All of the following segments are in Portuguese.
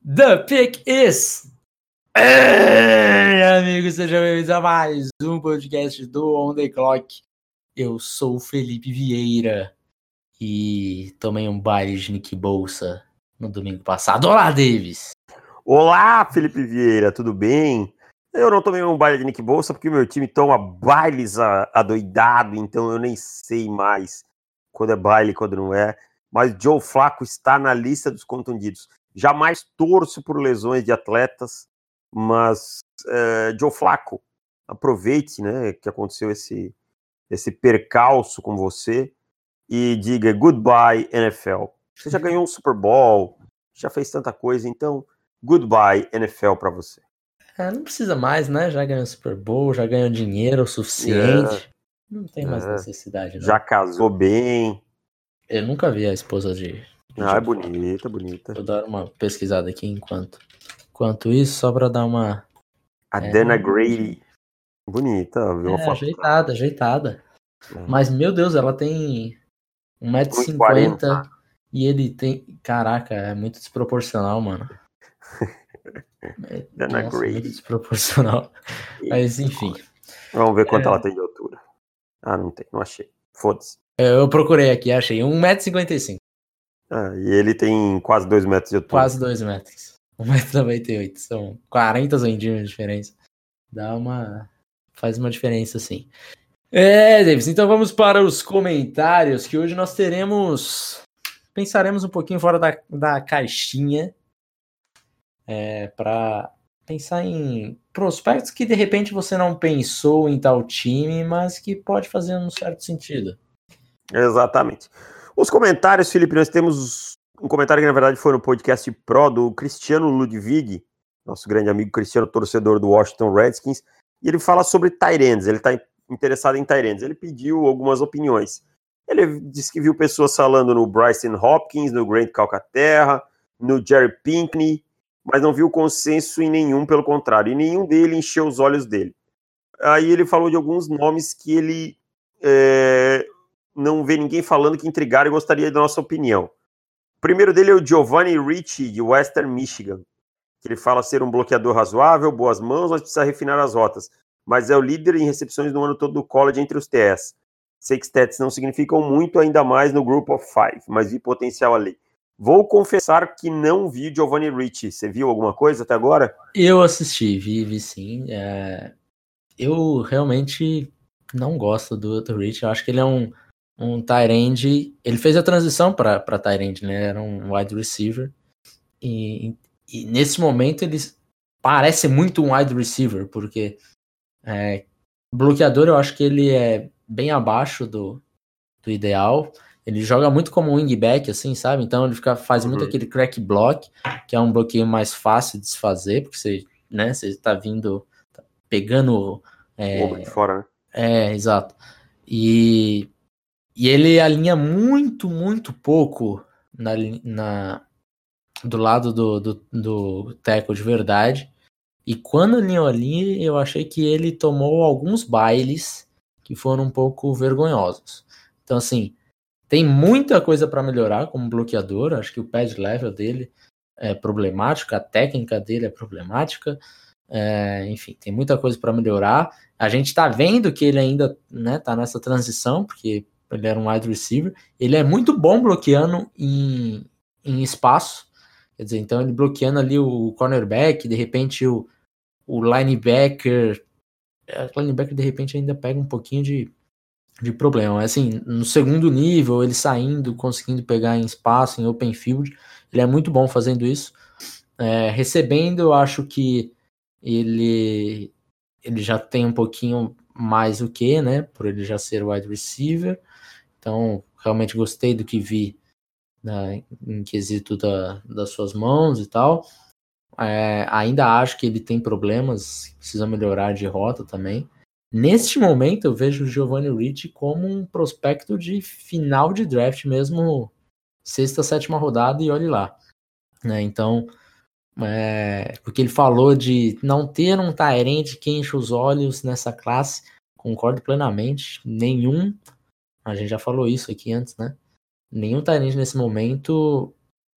The pick is... Ei, amigos, sejam bem-vindos a mais um podcast do On The Clock. Eu sou o Felipe Vieira e tomei um baile de Nick Bolsa no domingo passado. Olá, Davis! Olá, Felipe Vieira, tudo bem? Eu não tomei um baile de Nick Bolsa porque meu time toma bailes adoidado, então eu nem sei mais quando é baile e quando não é. Mas Joe Flacco está na lista dos contundidos. Jamais torço por lesões de atletas, mas Joe Flacco, aproveite, né, que aconteceu esse percalço com você e diga goodbye, NFL. Você já ganhou um Super Bowl, já fez tanta coisa, então goodbye, NFL, para você. Não precisa mais, né? Já ganhou Super Bowl, já ganhou dinheiro o suficiente. Não tem mais necessidade, não. Já casou bem. Eu nunca vi a esposa de É bonita, bonita. Vou dar uma pesquisada aqui enquanto isso, só pra dar uma... A Dana Grady. Bonita, viu? Ajeitada. Mas, meu Deus, ela tem 1,50m e ele tem... Caraca, é muito desproporcional, mano. Dana Grady. Muito desproporcional. Mas, enfim. Vamos ver quanto ela tem de altura. Ah, não tem, não achei. Foda-se. Eu procurei aqui, achei 1,55m. E ele tem quase 2 metros de altura. Quase 2 metros. 1,98m. São 40 centímetros de diferença. Faz uma diferença, sim. Davis, então vamos para os comentários, que hoje nós pensaremos um pouquinho fora da caixinha para pensar em prospectos que de repente você não pensou em tal time, mas que pode fazer um certo sentido. Exatamente. Os comentários, Felipe, nós temos um comentário que na verdade foi no podcast Pro do Cristiano Ludwig, nosso grande amigo Cristiano, torcedor do Washington Redskins, e ele fala sobre tight ends, ele está interessado em tight ends. Ele pediu algumas opiniões. Ele disse que viu pessoas falando no Bryson Hopkins, no Grant Calcaterra, no Jerry Pinkney, mas não viu consenso em nenhum, pelo contrário, e nenhum dele encheu os olhos dele. Aí ele falou de alguns nomes que ele não vê ninguém falando que intrigaram e gostaria da nossa opinião. O primeiro dele é o Giovanni Ricci, de Western Michigan, que ele fala ser um bloqueador razoável, boas mãos, mas precisa refinar as rotas. Mas é o líder em recepções no ano todo do college entre os TS. Sei que stats não significam muito, ainda mais no Group of Five, mas vi potencial ali. Vou confessar que não vi Giovanni Ricci. Você viu alguma coisa até agora? Eu assisti, vi sim. Eu realmente não gosto do Ricci. Eu acho que ele é um tight end. Ele fez a transição para tight end, né? Era um wide receiver. E nesse momento ele parece muito um wide receiver, porque bloqueador eu acho que ele é bem abaixo do ideal. Ele joga muito como wingback, assim, sabe? Então ele faz muito aquele crack block, que é um bloqueio mais fácil de se fazer, porque você tá pegando... O ombro de fora, né? Exato. E ele alinha muito, muito pouco do lado do tackle de verdade. E quando alinhou ali, eu achei que ele tomou alguns bailes que foram um pouco vergonhosos. Então, assim, tem muita coisa para melhorar como bloqueador. Acho que o pad level dele é problemático, a técnica dele é problemática. Enfim, tem muita coisa para melhorar. A gente está vendo que ele ainda tá nessa transição, porque ele era um wide receiver. Ele é muito bom bloqueando em espaço. Quer dizer, então ele bloqueando ali o cornerback, de repente o linebacker. O linebacker, de repente, ainda pega um pouquinho de problema. Assim, no segundo nível, ele saindo, conseguindo pegar em espaço, em open field, ele é muito bom fazendo isso. Recebendo, eu acho que ele já tem um pouquinho mais o que, né, por ele já ser wide receiver. Então, realmente gostei do que vi em quesito das suas mãos e tal. Ainda acho que ele tem problemas, precisa melhorar de rota também. Neste momento, eu vejo o Giovanni Ricci como um prospecto de final de draft mesmo, 6ª, 7ª rodada, e olhe lá. Então, porque ele falou de não ter um tight end que enche os olhos nessa classe, concordo plenamente. Nenhum, a gente já falou isso aqui antes, né? Nenhum tight end nesse momento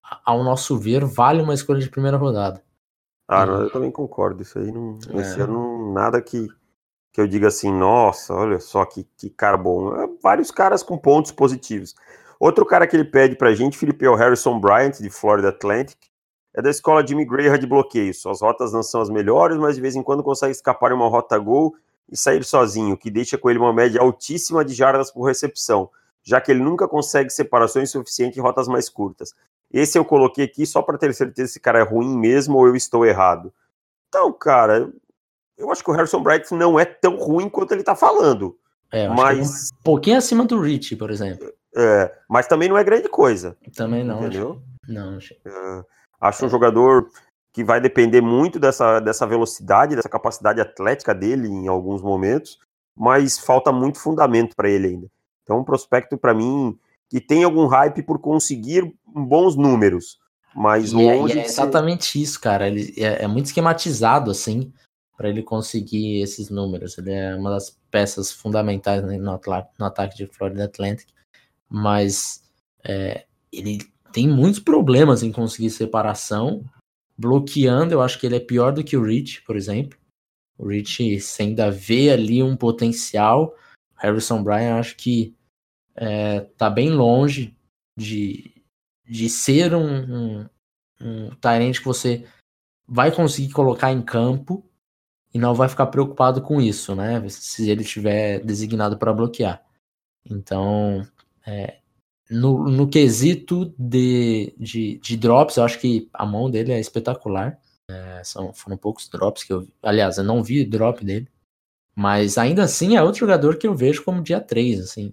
ao nosso ver, vale uma escolha de primeira rodada. Não, eu também concordo. Isso aí, esse ano, nada que eu diga assim, nossa, olha só que cara bom. Vários caras com pontos positivos. Outro cara que ele pede pra gente, Felipe, é o Harrison Bryant, de Florida Atlantic. É da escola Jimmy Graham de bloqueio. Suas rotas não são as melhores, mas de vez em quando consegue escapar em uma rota gol e sair sozinho, o que deixa com ele uma média altíssima de jardas por recepção, já que ele nunca consegue separações suficientes em rotas mais curtas. Esse eu coloquei aqui só para ter certeza se esse cara é ruim mesmo ou eu estou errado. Então, cara, eu acho que o Harrison Bryant não é tão ruim quanto ele tá falando. Mas um pouquinho acima do Rich, por exemplo. Mas também não é grande coisa. Também não, entendeu? Acho um jogador que vai depender muito dessa velocidade, dessa capacidade atlética dele em alguns momentos, mas falta muito fundamento para ele ainda. Então, um prospecto, para mim, que tem algum hype por conseguir bons números, mas longe é exatamente isso, cara. Ele é muito esquematizado, assim, para ele conseguir esses números. Ele é uma das peças fundamentais, né, no ataque de Florida Atlantic, mas ele tem muitos problemas em conseguir separação. Bloqueando, eu acho que ele é pior do que o Rich, por exemplo. O Rich, você ainda vê ali um potencial. Harrison Bryant, acho que tá bem longe de ser um tight end que você vai conseguir colocar em campo e não vai ficar preocupado com isso, né? Se ele estiver designado para bloquear. Então, no quesito de drops, eu acho que a mão dele é espetacular. Foram poucos drops que eu vi. Aliás, eu não vi drop dele. Mas ainda assim é outro jogador que eu vejo como dia 3, assim.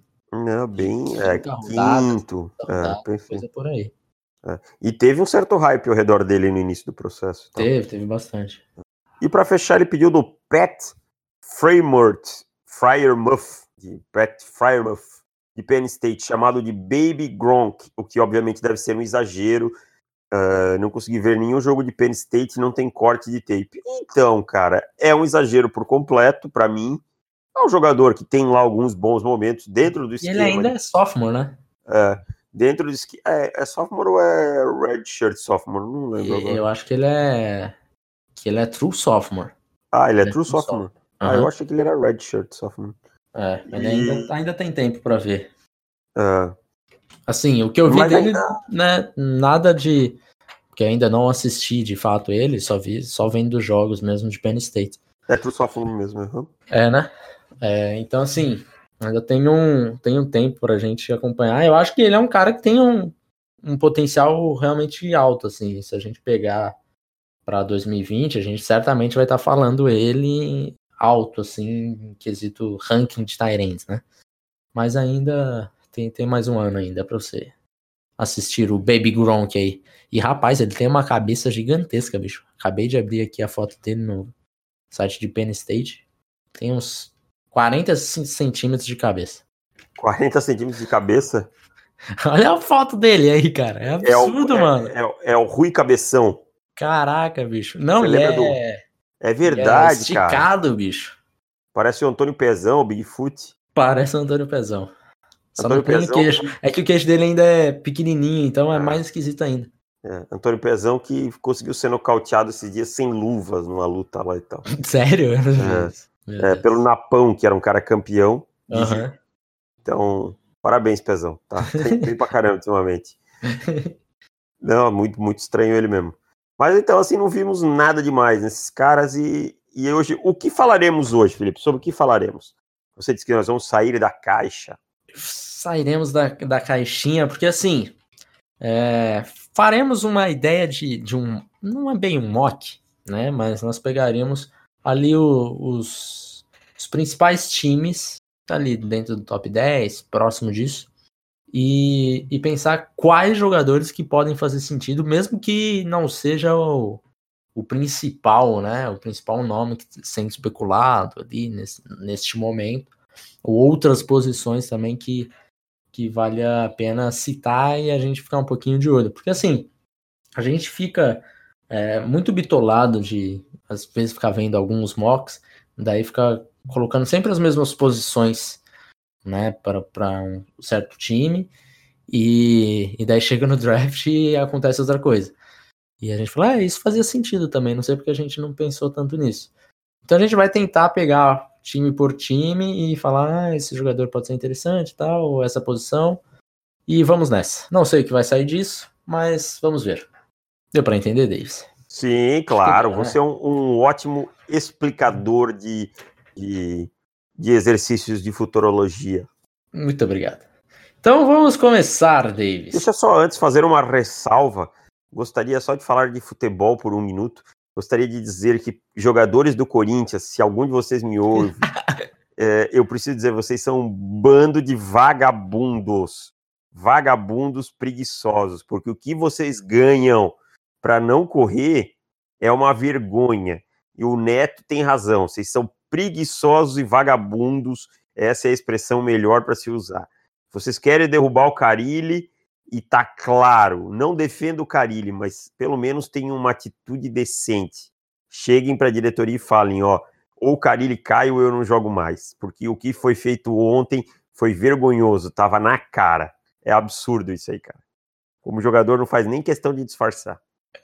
Quinto. Coisa por aí. E teve um certo hype ao redor dele no início do processo. Então. Teve bastante. E para fechar, ele pediu do Pat Freiermuth, de Penn State, chamado de Baby Gronk, o que obviamente deve ser um exagero. Não consegui ver nenhum jogo de Penn State, não tem corte de tape. Então, cara, é um exagero por completo para mim. É um jogador que tem lá alguns bons momentos dentro do esquema. E ele ainda é sophomore, né? Dentro do esquema. É sophomore ou é redshirt sophomore? Não lembro agora. Eu acho que ele é true sophomore. Ele é true sophomore? Eu achei que ele era redshirt sophomore. Ele ainda tem tempo para ver. Assim, o que eu vi dele, né, nada de... Porque ainda não assisti, de fato, ele, só vendo dos jogos mesmo de Penn State. É true sophomore mesmo. Né? Então, assim, ainda tem um tempo pra gente acompanhar. Eu acho que ele é um cara que tem um potencial realmente alto, assim. Se a gente pegar para 2020, a gente certamente vai estar falando ele alto, assim, em quesito ranking de tight ends, né? Mas ainda tem mais um ano ainda pra você assistir o Baby Gronk aí. E, rapaz, ele tem uma cabeça gigantesca, bicho. Acabei de abrir aqui a foto dele no site de Penn State. Tem uns 40 centímetros de cabeça. 40 centímetros de cabeça? Olha a foto dele aí, cara. É absurdo, mano. É o Rui Cabeção. Caraca, bicho. Não, É verdade, esticado, cara. bicho. Parece o Antônio Pezão, o Bigfoot. Parece o Antônio Pezão. Só Antônio não tem Pezão, o queixo. É que o queixo dele ainda é pequenininho, então é mais esquisito ainda. Antônio Pezão que conseguiu ser nocauteado esses dias sem luvas numa luta lá e tal. Sério? Pelo Napão, que era um cara campeão. Uhum. Então, parabéns, Pezão. Tá bem pra caramba ultimamente. Não, muito, muito estranho ele mesmo. Mas então, assim, não vimos nada demais nesses caras. E hoje, o que falaremos hoje, Felipe? Sobre o que falaremos? Você disse que nós vamos sair da caixa. Sairemos da caixinha, porque assim, faremos uma ideia de um... Não é bem um mock, né? Mas nós pegaríamos ali os principais times ali dentro do top 10, próximo disso, e pensar quais jogadores que podem fazer sentido, mesmo que não seja o principal, né? O principal nome que sendo especulado ali neste momento, ou outras posições também que vale a pena citar e a gente ficar um pouquinho de olho. Porque assim, a gente fica muito bitolado de, às vezes, ficar vendo alguns mocks, daí fica colocando sempre as mesmas posições, né, para um certo time, E daí chega no draft e acontece outra coisa. E a gente fala, isso fazia sentido também, não sei porque a gente não pensou tanto nisso. Então a gente vai tentar pegar time por time e falar, esse jogador pode ser interessante, tal, ou essa posição, e vamos nessa. Não sei o que vai sair disso, mas vamos ver. Deu pra entender, Davis? Sim, claro. Você é um ótimo explicador de exercícios de futurologia. Muito obrigado. Então vamos começar, Davis. Deixa só antes fazer uma ressalva. Gostaria só de falar de futebol por um minuto. Gostaria de dizer que jogadores do Corinthians, se algum de vocês me ouve, eu preciso dizer, vocês são um bando de vagabundos. Vagabundos preguiçosos. Porque o que vocês ganham para não correr é uma vergonha. E o Neto tem razão. Vocês são preguiçosos e vagabundos. Essa é a expressão melhor para se usar. Vocês querem derrubar o Carille e tá claro, não defendo o Carille, mas pelo menos tenham uma atitude decente. Cheguem para a diretoria e falem, ou o Carille cai ou eu não jogo mais. Porque o que foi feito ontem foi vergonhoso, tava na cara. É absurdo isso aí, cara. Como jogador não faz nem questão de disfarçar.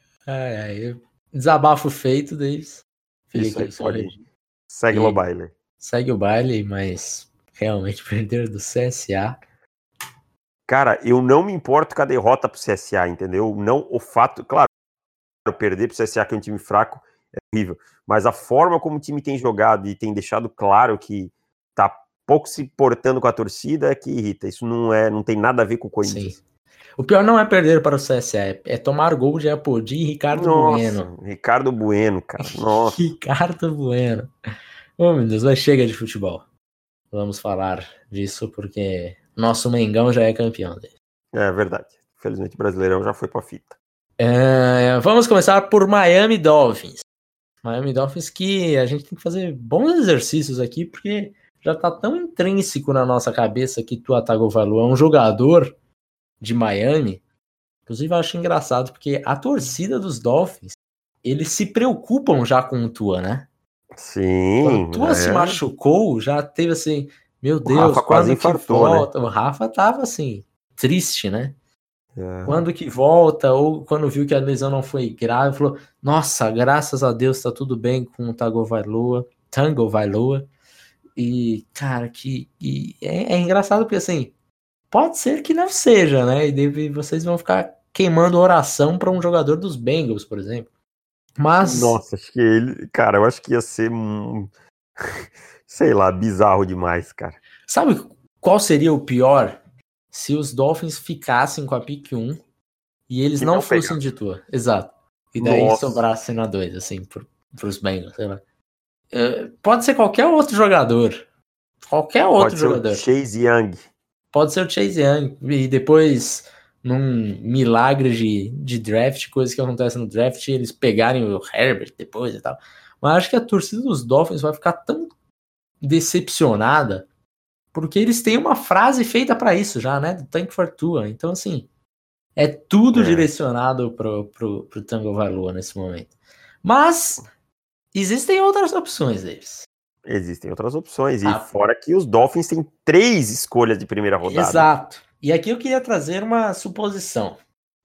Desabafo feito, Davis. Isso aí, pode. Segue o baile. Segue o baile, mas realmente perder do CSA. Cara, eu não me importo com a derrota pro CSA, entendeu? Não o fato, claro, perder pro CSA, que é um time fraco, é horrível. Mas a forma como o time tem jogado e tem deixado claro que tá pouco se portando com a torcida é que irrita. Isso não tem nada a ver com o Corinthians. Sim. O pior não é perder para o CSA, é tomar gol de Apodi e Ricardo Bueno. Ricardo Bueno, cara. Nossa. Ricardo Bueno. Oh, meu Deus, mas chega de futebol. Vamos falar disso porque nosso Mengão já é campeão dele. É verdade. Infelizmente o Brasileirão já foi pra fita. Vamos começar por Miami Dolphins. Miami Dolphins que a gente tem que fazer bons exercícios aqui porque já tá tão intrínseco na nossa cabeça que Tua Tagovailoa é um jogador de Miami. Inclusive eu acho engraçado porque a torcida dos Dolphins, eles se preocupam já com o Tua, né? Sim. Quando o Tua se machucou, já teve assim, meu Deus, o Rafa quase infartou, volta? Né? O Rafa tava assim, triste, né? Quando que volta, ou quando viu que a lesão não foi grave, falou, nossa, graças a Deus tá tudo bem com o Tagovailoa. E, cara, é engraçado porque assim, pode ser que não seja, né? E vocês vão ficar queimando oração para um jogador dos Bengals, por exemplo. Mas... Nossa, acho que eu acho que ia ser, sei lá, bizarro demais, cara. Sabe qual seria o pior? Se os Dolphins ficassem com a pick 1 e eles não fossem de Tua. Exato. E daí sobrassem na 2, assim, pros Bengals, sei lá. Pode ser qualquer outro jogador. Qualquer outro jogador. Pode ser o Chase Young. Pode ser o Chase Young. E depois, num milagre de draft, coisas que acontecem no draft, eles pegarem o Herbert depois e tal. Mas acho que a torcida dos Dolphins vai ficar tão decepcionada porque eles têm uma frase feita para isso já, né? Do Tank for Tua. Então, assim, é tudo direcionado pro Tagovailoa nesse momento. Mas existem outras opções deles. Existem outras opções. E fora que os Dolphins têm 3 escolhas de primeira rodada. Exato. E aqui eu queria trazer uma suposição.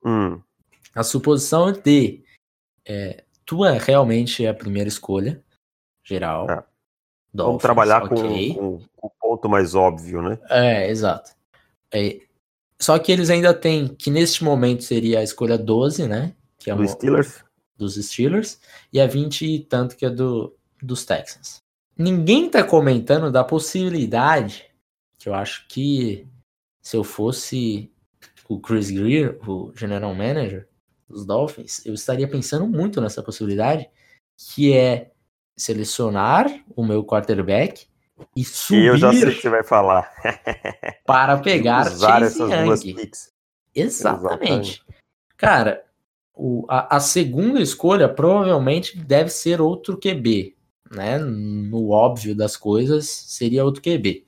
A suposição de Tua realmente é a primeira escolha geral. Dolphins, vamos trabalhar com o ponto mais óbvio, né? Exato. Só que eles ainda têm, que neste momento seria a escolha 12, né? Que é dos Steelers. E a 20 e tanto que é dos Texans. Ninguém tá comentando da possibilidade, que eu acho que se eu fosse o Chris Greer, o general manager dos Dolphins, eu estaria pensando muito nessa possibilidade, que é selecionar o meu quarterback e subir. Eu já sei o que você vai falar. Para pegar Chase Young. Exatamente. Cara, a segunda escolha provavelmente deve ser outro QB, né? No óbvio das coisas, seria outro QB.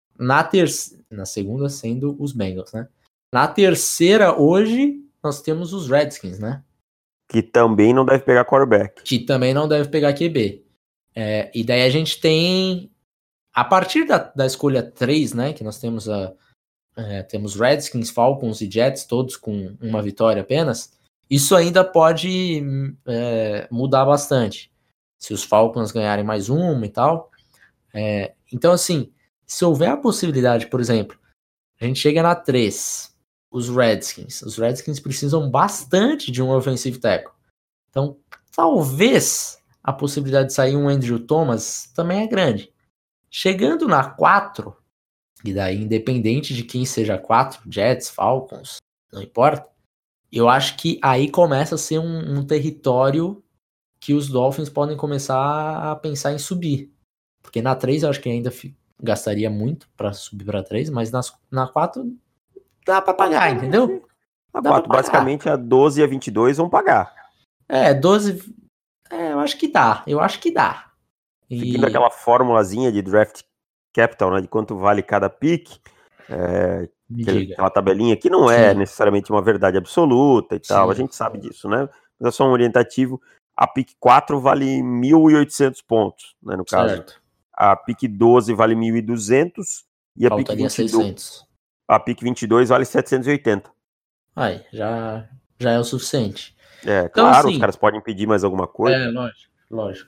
Na segunda sendo os Bengals, né? Na terceira, hoje, nós temos os Redskins, né? Que também não deve pegar quarterback. Que também não deve pegar QB. E daí a gente tem, a partir da escolha 3, né? Que nós temos temos Redskins, Falcons e Jets, todos com uma vitória apenas, isso ainda pode mudar bastante. Se os Falcons ganharem mais uma e tal. Então, assim, se houver a possibilidade, por exemplo, a gente chega na 3, os Redskins precisam bastante de um offensive tackle. Então, talvez a possibilidade de sair um Andrew Thomas também é grande. Chegando na 4, e daí independente de quem seja 4, Jets, Falcons, não importa, eu acho que aí começa a ser um território que os Dolphins podem começar a pensar em subir. Porque na 3 eu acho que ainda gastaria muito para subir para 3, mas na 4 dá para pagar, entendeu? Na 4, basicamente a 12 e a 22 vão pagar. 12... eu acho que dá. Seguindo aquela formulazinha de draft capital, né, de quanto vale cada pick, aquela tabelinha que não é necessariamente uma verdade absoluta e tal, a gente sabe disso, né? Mas é só um orientativo. A pick 4 vale 1.800 pontos, né, no caso. Certo. A pick 12 vale 1.200 e a pick 22, 600. A pick 22 vale 780. Aí, já é o suficiente. Então, claro, assim, os caras podem pedir mais alguma coisa. Lógico.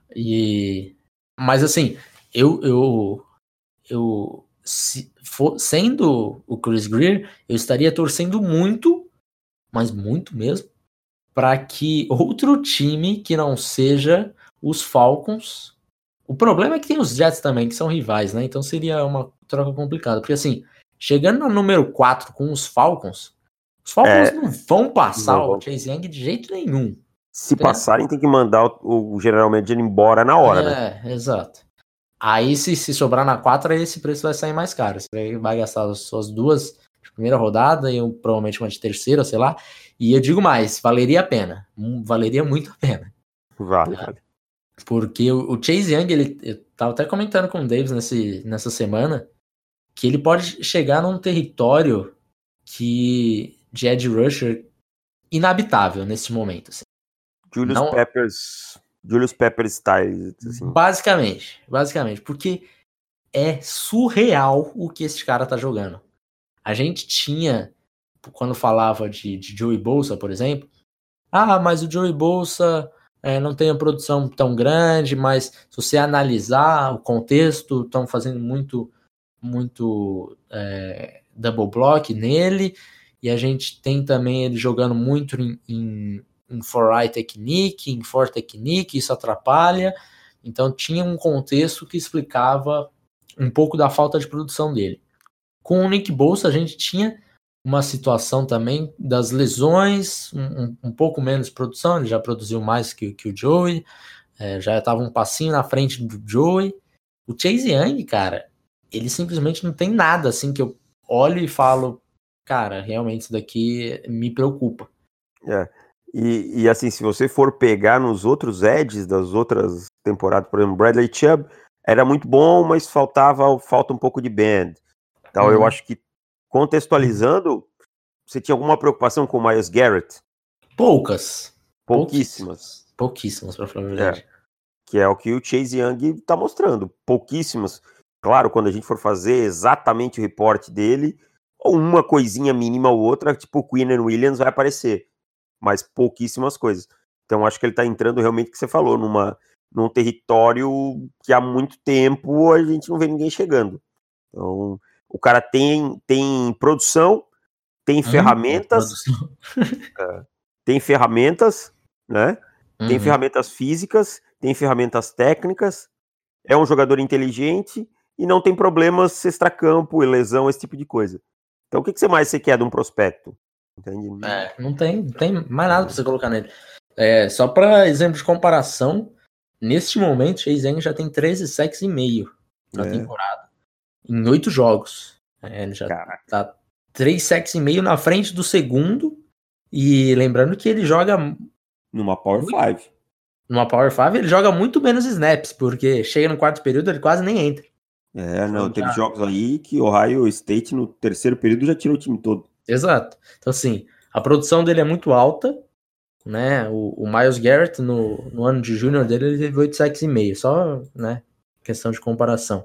Mas assim, sendo o Chris Grier, eu estaria torcendo muito, mas muito mesmo, para que outro time que não seja os Falcons. O problema é que tem os Jets também, que são rivais, né? Então seria uma troca complicada. Porque assim, chegando no número 4 com os Falcons não vão passar o Chase Young de jeito nenhum. Se passarem, tem que mandar o General Manager embora na hora, né? Exato. Aí, se sobrar na 4, aí esse preço vai sair mais caro. Você vai gastar as suas 2 de primeira rodada e provavelmente uma de terceira, sei lá. E eu digo mais, valeria a pena. Valeria muito a pena. Vale. Porque o Chase Young, eu tava até comentando com o Davis nessa semana, que ele pode chegar num território de edge rusher inabitável nesse momento. Assim. Julius Peppers style. Assim. Basicamente, porque é surreal o que esse cara tá jogando. A gente tinha, quando falava de Joey Bosa, por exemplo, mas o Joey Bosa não tem uma produção tão grande, mas se você analisar o contexto, estão fazendo muito double block nele, e a gente tem também ele jogando muito em 4-eye technique, em 4 technique, isso atrapalha. Então tinha um contexto que explicava um pouco da falta de produção dele. Com o Nick Bosa a gente tinha uma situação também das lesões, um pouco menos produção, ele já produziu mais que o Joey, já estava um passinho na frente do Joey. O Chase Young, cara, ele simplesmente não tem nada assim que eu olho e falo, cara, realmente isso daqui me preocupa. E assim, se você for pegar nos outros edges das outras temporadas, por exemplo, Bradley Chubb era muito bom, mas falta um pouco de bend. Então eu acho que, contextualizando, você tinha alguma preocupação com o Myles Garrett? Pouquíssimas, pra falar a verdade. Que é o que o Chase Young tá mostrando. Pouquíssimas. Claro, quando a gente for fazer exatamente o reporte dele, ou uma coisinha mínima ou outra, tipo o Quinnen Williams vai aparecer. Mas pouquíssimas coisas. Então acho que ele tá entrando realmente o que você falou, num território que há muito tempo a gente não vê ninguém chegando. Então, o cara tem produção, tem ferramentas, tem ferramentas, né? Tem ferramentas físicas, tem ferramentas técnicas, é um jogador inteligente e não tem problemas extracampo, lesão, esse tipo de coisa. Então, o que você quer de um prospecto? Entende? Não tem mais nada pra você colocar nele. Só para exemplo de comparação, neste momento, Chase Young já tem 13 sacks e meio na temporada. Em 8 jogos. Ele já tá 3 sacks e meio na frente do segundo. E lembrando que ele joga numa Power 5. Numa Power 5 ele joga muito menos snaps, porque chega no quarto período ele quase nem entra. Teve jogos aí que o Ohio State no terceiro período já tirou o time todo. Exato. Então assim, a produção dele é muito alta, né? O Myles Garrett no ano de júnior dele ele teve 8 sacks e meio, só, né, questão de comparação.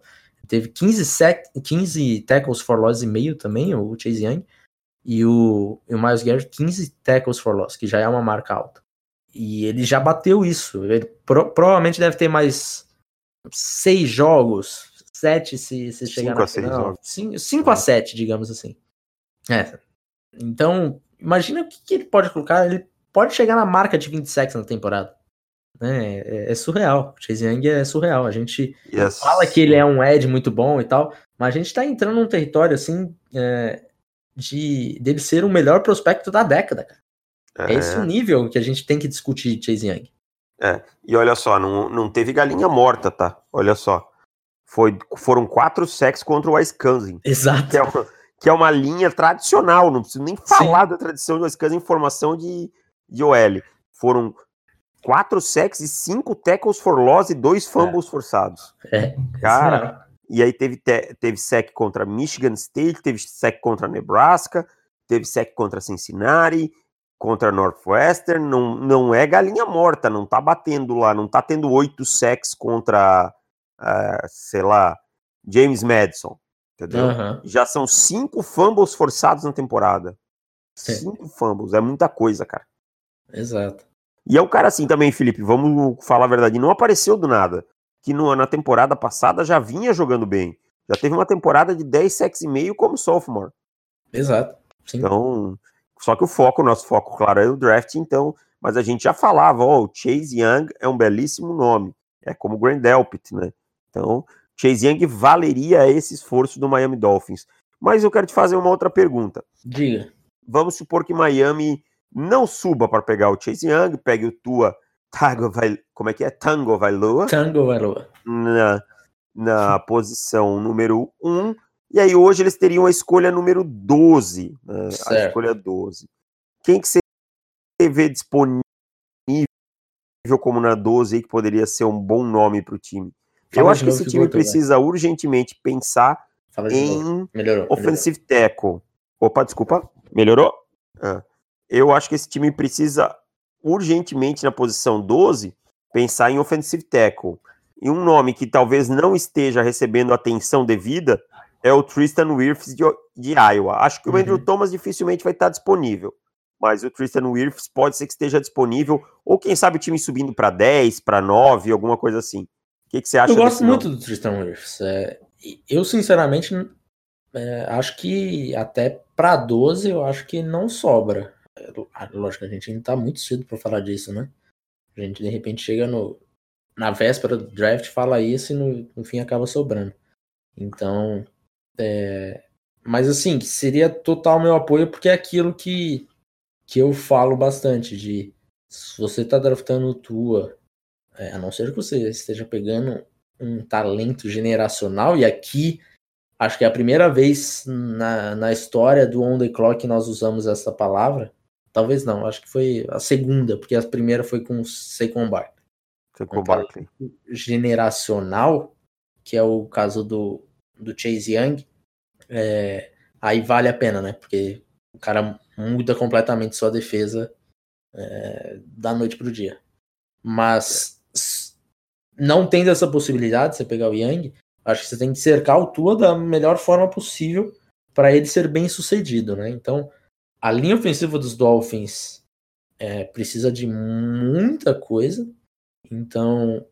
teve 15 tackles for loss e meio também, o Chase Young, e o Myles Garrett 15 tackles for loss, que já é uma marca alta. E ele já bateu isso. Ele provavelmente deve ter mais 6 jogos, 7 se chegar na final. 5 a 7, digamos assim. Então, imagina o que ele pode colocar. Ele pode chegar na marca de 20 sacks na temporada. É surreal. O Chase Young é surreal. A gente fala que ele é um edge muito bom e tal, mas a gente tá entrando num território assim dele ser o melhor prospecto da década, cara. É esse o nível que a gente tem que discutir Chase Young. E olha só, não teve galinha morta, tá? Olha só. Foram 4 sacks contra o Wisconsin. Exato. Que é uma linha tradicional, não preciso nem falar da tradição do Wisconsin em formação de OL. Foram 4 sacks e 5 tackles for loss e 2 fumbles forçados. Cara, e aí teve sack contra Michigan State, teve sack contra Nebraska, teve sack contra Cincinnati, contra Northwestern. Não é galinha morta, não tá batendo lá, não tá tendo 8 sacks contra, sei lá, James Madison, entendeu? Já são 5 fumbles forçados na temporada. 5 fumbles, é muita coisa, cara. Exato. E é um cara assim também, Felipe, vamos falar a verdade, não apareceu do nada. Que na temporada passada já vinha jogando bem. Já teve uma temporada de 10 sacks e meio como sophomore. Exato. Sim. Então, só que o nosso foco, claro, é o draft, então, mas a gente já falava, o Chase Young é um belíssimo nome. É como o Grant Delpit, né? Então, Chase Young valeria esse esforço do Miami Dolphins. Mas eu quero te fazer uma outra pergunta. Diga. Vamos supor que Miami não suba para pegar o Chase Young, pegue o Tua Tango Vailoa na posição número 1, e aí hoje eles teriam a escolha número 12, né? A escolha 12. Quem que você vê disponível como na 12 aí, que poderia ser um bom nome para o time? Eu acho que esse time precisa urgentemente pensar em offensive tackle. Opa, desculpa, melhorou? Eu acho que esse time precisa urgentemente na posição 12 pensar em offensive tackle. E um nome que talvez não esteja recebendo a atenção devida é o Tristan Wirfs de Iowa. Acho que o Andrew Thomas dificilmente vai estar disponível, mas o Tristan Wirfs pode ser que esteja disponível, ou quem sabe o time subindo para 10, para 9, alguma coisa assim. O que você acha? Eu gosto muito do Tristan Wirfs. Eu sinceramente acho que até para 12 eu acho que não sobra. Lógico, a gente ainda tá muito cedo para falar disso, né? A gente de repente chega na véspera do draft, fala isso e no fim acaba sobrando. Então, mas assim, seria total meu apoio, porque é aquilo que eu falo bastante, de se você tá draftando o Tua, a não ser que você esteja pegando um talento generacional, e aqui acho que é a primeira vez na história do On The Clock que nós usamos essa palavra. Talvez não, acho que foi a segunda, porque a primeira foi com o Saquon Barkley. Generacional, que é o caso do Chase Young, aí vale a pena, né? Porque o cara muda completamente sua defesa da noite pro dia. Mas não tendo essa possibilidade de você pegar o Young, acho que você tem que cercar o Tua da melhor forma possível para ele ser bem sucedido, né? Então, a linha ofensiva dos Dolphins precisa de muita coisa. Então,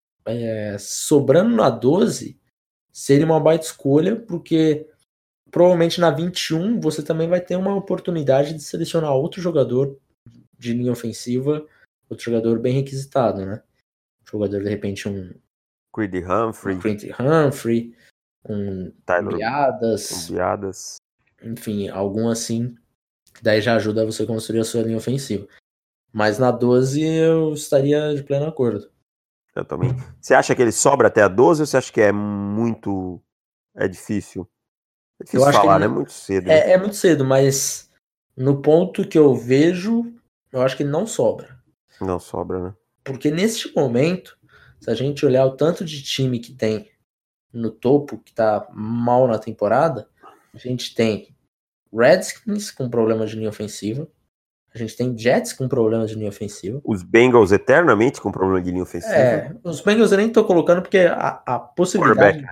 sobrando na 12, seria uma baita escolha, porque provavelmente na 21 você também vai ter uma oportunidade de selecionar outro jogador de linha ofensiva, outro jogador bem requisitado, né? Um jogador, de repente, um Creed Humphrey, um Tyler Biadas, enfim, algum assim, daí já ajuda você a construir a sua linha ofensiva. Mas na 12 eu estaria de pleno acordo. Eu também. Você acha que ele sobra até a 12 ou você acha que é muito... É difícil? É difícil falar, né? É muito cedo. Né? É muito cedo, mas no ponto que eu vejo, eu acho que ele não sobra. Não sobra, né? Porque neste momento, se a gente olhar o tanto de time que tem no topo, que tá mal na temporada, a gente tem Redskins com problemas de linha ofensiva, a gente tem Jets com problemas de linha ofensiva. Os Bengals eternamente com problema de linha ofensiva. Os Bengals eu nem tô colocando porque a possibilidade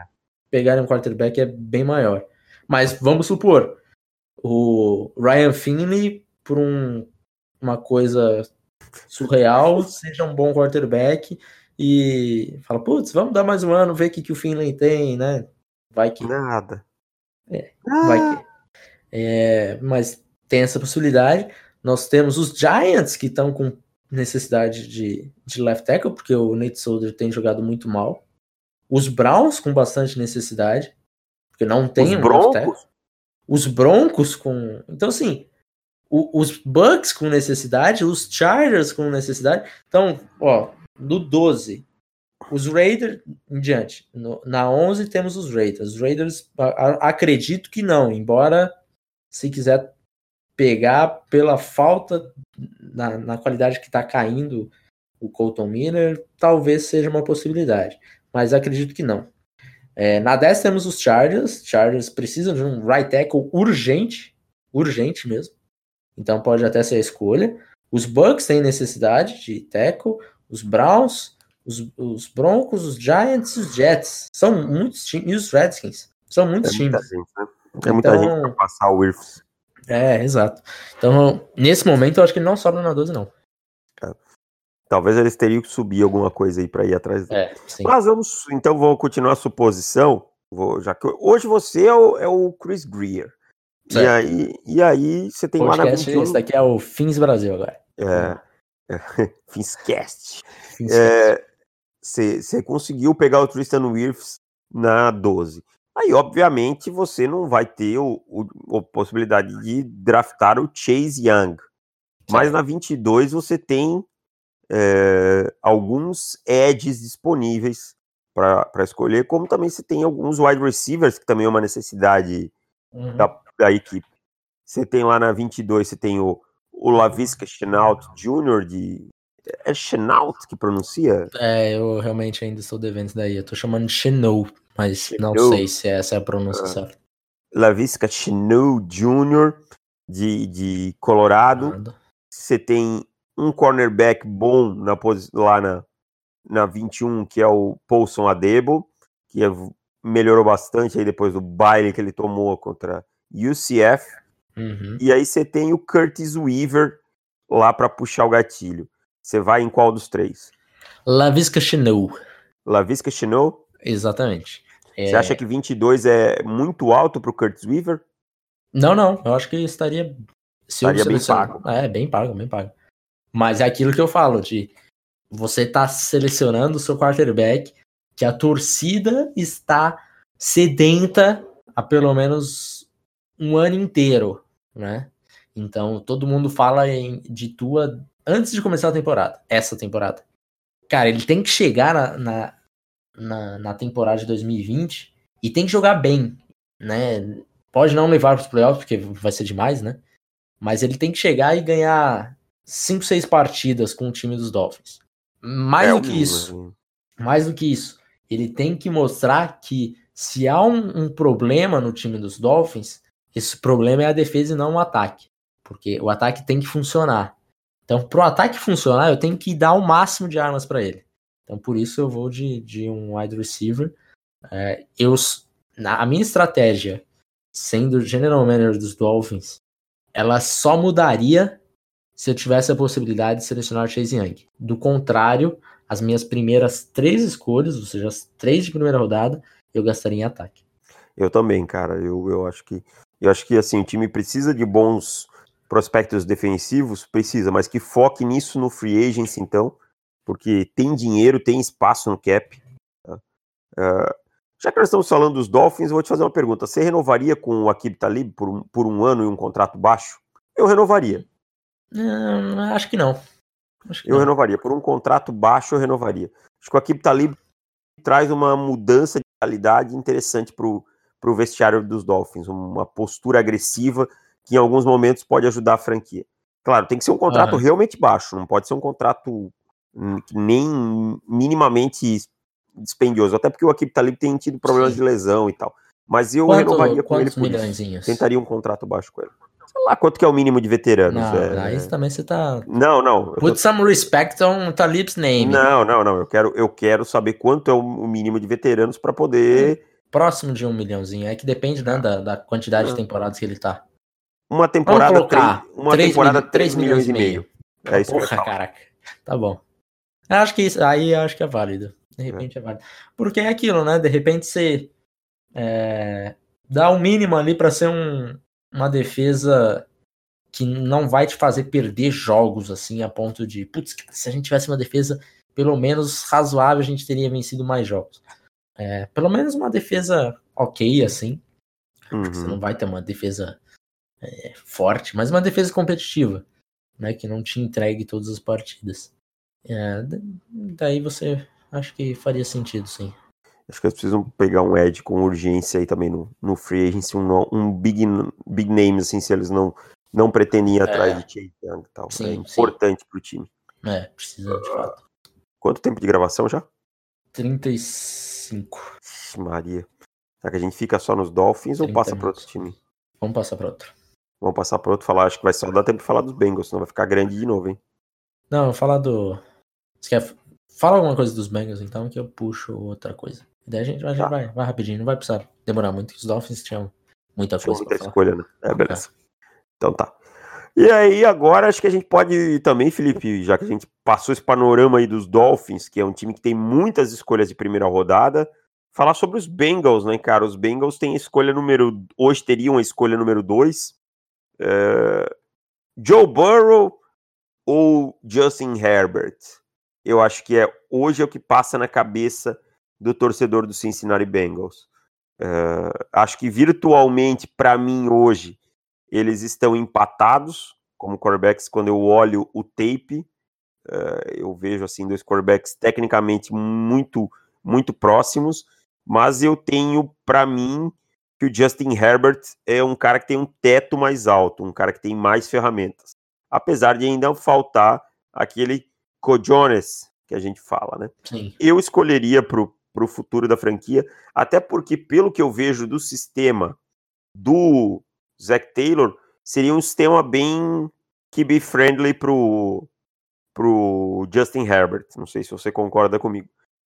pegarem um quarterback é bem maior. Mas vamos supor, o Ryan Finley, por uma coisa surreal, seja um bom quarterback e fala, putz, vamos dar mais um ano, ver o que o Finley tem, né? Vai que... Nada. Vai que... mas tem essa possibilidade. Nós temos os Giants, que estão com necessidade de left tackle, porque o Nate Solder tem jogado muito mal. Os Browns com bastante necessidade, porque não tem um left tackle. Os Broncos com... Então, assim, os Bucks com necessidade, os Chargers com necessidade. Então, ó, no 12, os Raiders em diante. Na 11 temos os Raiders. Os Raiders, acredito que não, embora se quiser pegar pela falta na qualidade que está caindo o Colton Miller, talvez seja uma possibilidade, mas acredito que não. Na 10 temos os Chargers. Chargers precisam de um right tackle urgente mesmo, então pode até ser a escolha. Os Bucks têm necessidade de tackle, os Browns, os Broncos, os Giants e os Jets, são muitos times, e os Redskins, são muitos times. Gente, né? É muita gente para passar o Wirfs. Exato. Então, nesse momento, eu acho que ele não sobra na 12, não. Talvez eles teriam que subir alguma coisa aí para ir atrás dele. Sim. Mas vamos continuar a suposição. Já que hoje você é o Chris Greer. E aí você tem podcast, lá na 21... Esse daqui é o Fins Brasil agora. Finscast. Você conseguiu pegar o Tristan Wirfs na 12. Aí, obviamente, você não vai ter a possibilidade de draftar o Chase Young. Mas na 22 você tem alguns edges disponíveis para escolher, como também você tem alguns wide receivers, que também é uma necessidade da equipe. Você tem lá na 22, você tem o Laviska Shenault Jr. É Shenault que pronuncia? Eu realmente ainda estou devendo isso daí. Eu tô chamando de Shenault, mas não sei se essa é a pronúncia certa. Laviska Shenault Jr. de Colorado. Você tem um cornerback bom lá na 21, que é o Paulson Adebo, que melhorou bastante aí depois do baile que ele tomou contra UCF. E aí você tem o Curtis Weaver lá para puxar o gatilho. Você vai em qual dos três? Laviska Shenault. Laviska Shenault? Exatamente. Você acha que 22 é muito alto pro Curtis Weaver? Não. Eu acho que estaria... Estaria bem pago. Bem pago. Mas é aquilo que eu falo, de você tá selecionando o seu quarterback, que a torcida está sedenta há pelo menos um ano inteiro, né? Então, todo mundo fala de Tua antes de começar a temporada, essa temporada. Cara, ele tem que chegar na temporada de 2020 e tem que jogar bem, né? Pode não levar para os playoffs, porque vai ser demais, né? Mas ele tem que chegar e ganhar 5, 6 partidas com o time dos Dolphins. Mais do que isso, ele tem que mostrar que se há um problema no time dos Dolphins, esse problema é a defesa e não o ataque. Porque o ataque tem que funcionar. Então, para o ataque funcionar, eu tenho que dar o máximo de armas para ele. Então, por isso eu vou de um wide receiver. A minha estratégia, sendo general manager dos Dolphins, ela só mudaria se eu tivesse a possibilidade de selecionar o Chase Young. Do contrário, as minhas primeiras 3 escolhas, ou seja, as 3 de primeira rodada, eu gastaria em ataque. Eu também, cara. Eu acho que assim, o time precisa de bons prospectos defensivos, mas que foque nisso no free agency, então, porque tem dinheiro, tem espaço no cap. Tá? Já que nós estamos falando dos Dolphins, eu vou te fazer uma pergunta. Você renovaria com o Aqib Talib por um ano e um contrato baixo? Eu renovaria. Acho que não. Renovaria. Por um contrato baixo, eu renovaria. Acho que o Aqib Talib traz uma mudança de qualidade interessante para o vestiário dos Dolphins. Uma postura agressiva que em alguns momentos pode ajudar a franquia. Claro, tem que ser um contrato realmente baixo. Não pode ser um contrato nem minimamente dispendioso, até porque o Aqib Talib tem tido problemas de lesão e tal, mas eu renovaria com ele por isso. Tentaria um contrato baixo com ele. Sei lá quanto que é o mínimo de veteranos. Aí também você tá... Não. Put some respect on Talib's name. Não. Eu quero saber quanto é o mínimo de veteranos para poder próximo de 1 milhãozinho. É que depende, né, da quantidade de temporadas que ele tá. Uma temporada, Vamos colocar 3 milhões e meio. É isso que eu ia falar. Caraca. Tá bom. Acho que isso aí acho que é válido. De repente é válido. Porque é aquilo, né? De repente você dá o mínimo ali pra ser uma defesa que não vai te fazer perder jogos assim a ponto de, putz, se a gente tivesse uma defesa pelo menos razoável, a gente teria vencido mais jogos. Pelo menos uma defesa ok, assim. Você não vai ter uma defesa forte, mas uma defesa competitiva, né? Que não te entregue todas as partidas. Daí você acho que faria sentido, sim. Acho que eles precisam pegar um edge com urgência aí também no free agency, um big name, assim, se eles não pretendem ir atrás de Chase Young e tal. Sim, é importante pro time. Precisa de fato. Quanto tempo de gravação já? 35. Maria. Será que a gente fica só nos Dolphins ou passa para outro time? Vamos passar para outro. Vamos passar para outro, falar. Acho que vai só dar tempo de falar dos Bengals, senão vai ficar grande de novo, hein? Não, eu vou falar do... Você quer... Fala alguma coisa dos Bengals, então, que eu puxo outra coisa. Daí a gente vai rapidinho, não vai precisar demorar muito, que os Dolphins tinham muita coisa pra falar. Escolha, né? Beleza. Então tá. E aí, agora acho que a gente pode também, Felipe, já que a gente passou esse panorama aí dos Dolphins, que é um time que tem muitas escolhas de primeira rodada, falar sobre os Bengals, né, cara? Os Bengals têm a escolha hoje teriam a escolha número 2. Joe Burrow ou Justin Herbert? Eu acho que hoje é o que passa na cabeça do torcedor do Cincinnati Bengals. Acho que virtualmente, para mim, hoje, eles estão empatados como quarterbacks. Quando eu olho o tape, eu vejo assim 2 quarterbacks tecnicamente muito, muito próximos, mas eu tenho para mim que o Justin Herbert é um cara que tem um teto mais alto, um cara que tem mais ferramentas, apesar de ainda faltar aquele cojones que a gente fala, né? Sim. Eu escolheria pro futuro da franquia, até porque pelo que eu vejo do sistema do Zach Taylor, seria um sistema bem QB-friendly pro Justin Herbert. Não sei se você concorda comigo.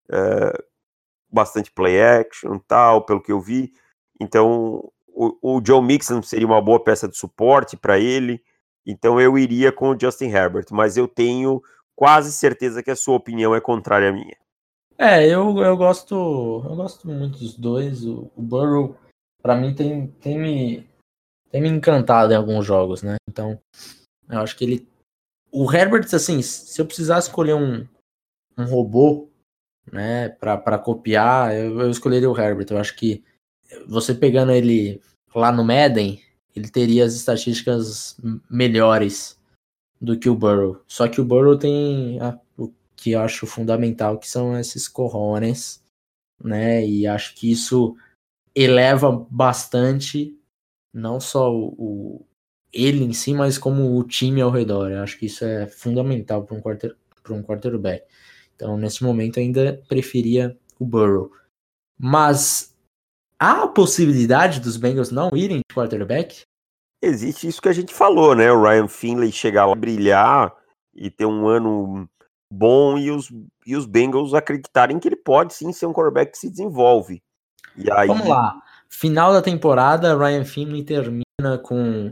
Bastante play action e tal, pelo que eu vi. Então, o Joe Mixon seria uma boa peça de suporte para ele. Então, eu iria com o Justin Herbert. Mas eu tenho quase certeza que a sua opinião é contrária à minha. Eu gosto muito dos dois. O Burrow, pra mim, tem me encantado em alguns jogos, né? Então, eu acho que o Herbert, assim, se eu precisasse escolher um robô, né, pra copiar, eu escolheria o Herbert. Eu acho que você pegando ele lá no Madden, ele teria as estatísticas melhores do que o Burrow. Só que o Burrow tem o que eu acho fundamental, que são esses cojones, né? E acho que isso eleva bastante não só ele em si, mas como o time ao redor. Eu acho que isso é fundamental para um quarterback. Então, nesse momento, ainda preferia o Burrow. Mas há a possibilidade dos Bengals não irem de quarterback? Existe isso que a gente falou, né? O Ryan Finley chegar lá, brilhar e ter um ano bom e os Bengals acreditarem que ele pode sim ser um quarterback que se desenvolve. E aí... Vamos lá. Final da temporada, Ryan Finley termina com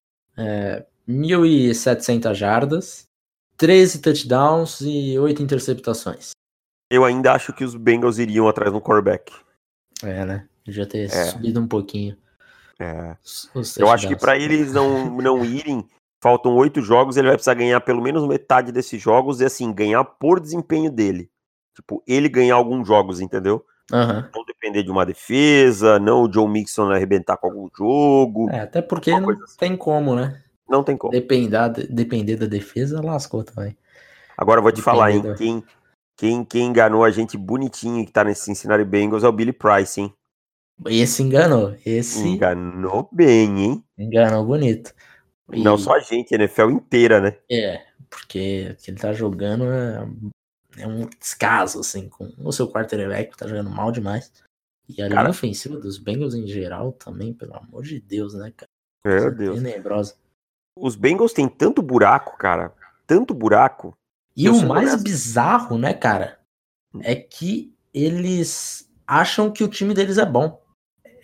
1.700 jardas, 13 touchdowns e 8 interceptações. Eu ainda acho que os Bengals iriam atrás de um quarterback. Né? Podia ter subido um pouquinho. Eu acho que para eles não irem, faltam 8 jogos, ele vai precisar ganhar pelo menos metade desses jogos e assim, ganhar por desempenho dele. Tipo, ele ganhar alguns jogos, entendeu? Não depender de uma defesa, não o Joe Mixon arrebentar com algum jogo. Até porque não tem como, né? Não tem como. Depender da defesa, lascou também. Agora eu vou te falar, hein? Quem enganou a gente bonitinho que tá nesse Cincinnati Bengals é o Billy Price, hein? Esse enganou. Enganou bem, hein? Enganou bonito. Não só a gente, a NFL inteira, né? Porque o que ele tá jogando é um descaso, assim, com o seu quarterback que tá jogando mal demais. E a linha ofensiva dos Bengals em geral também, pelo amor de Deus, né, cara? Meu Deus. Tenebrosa. Os Bengals têm tanto buraco, cara. Tanto buraco. E o mais bizarro, né, cara, é que eles acham que o time deles é bom.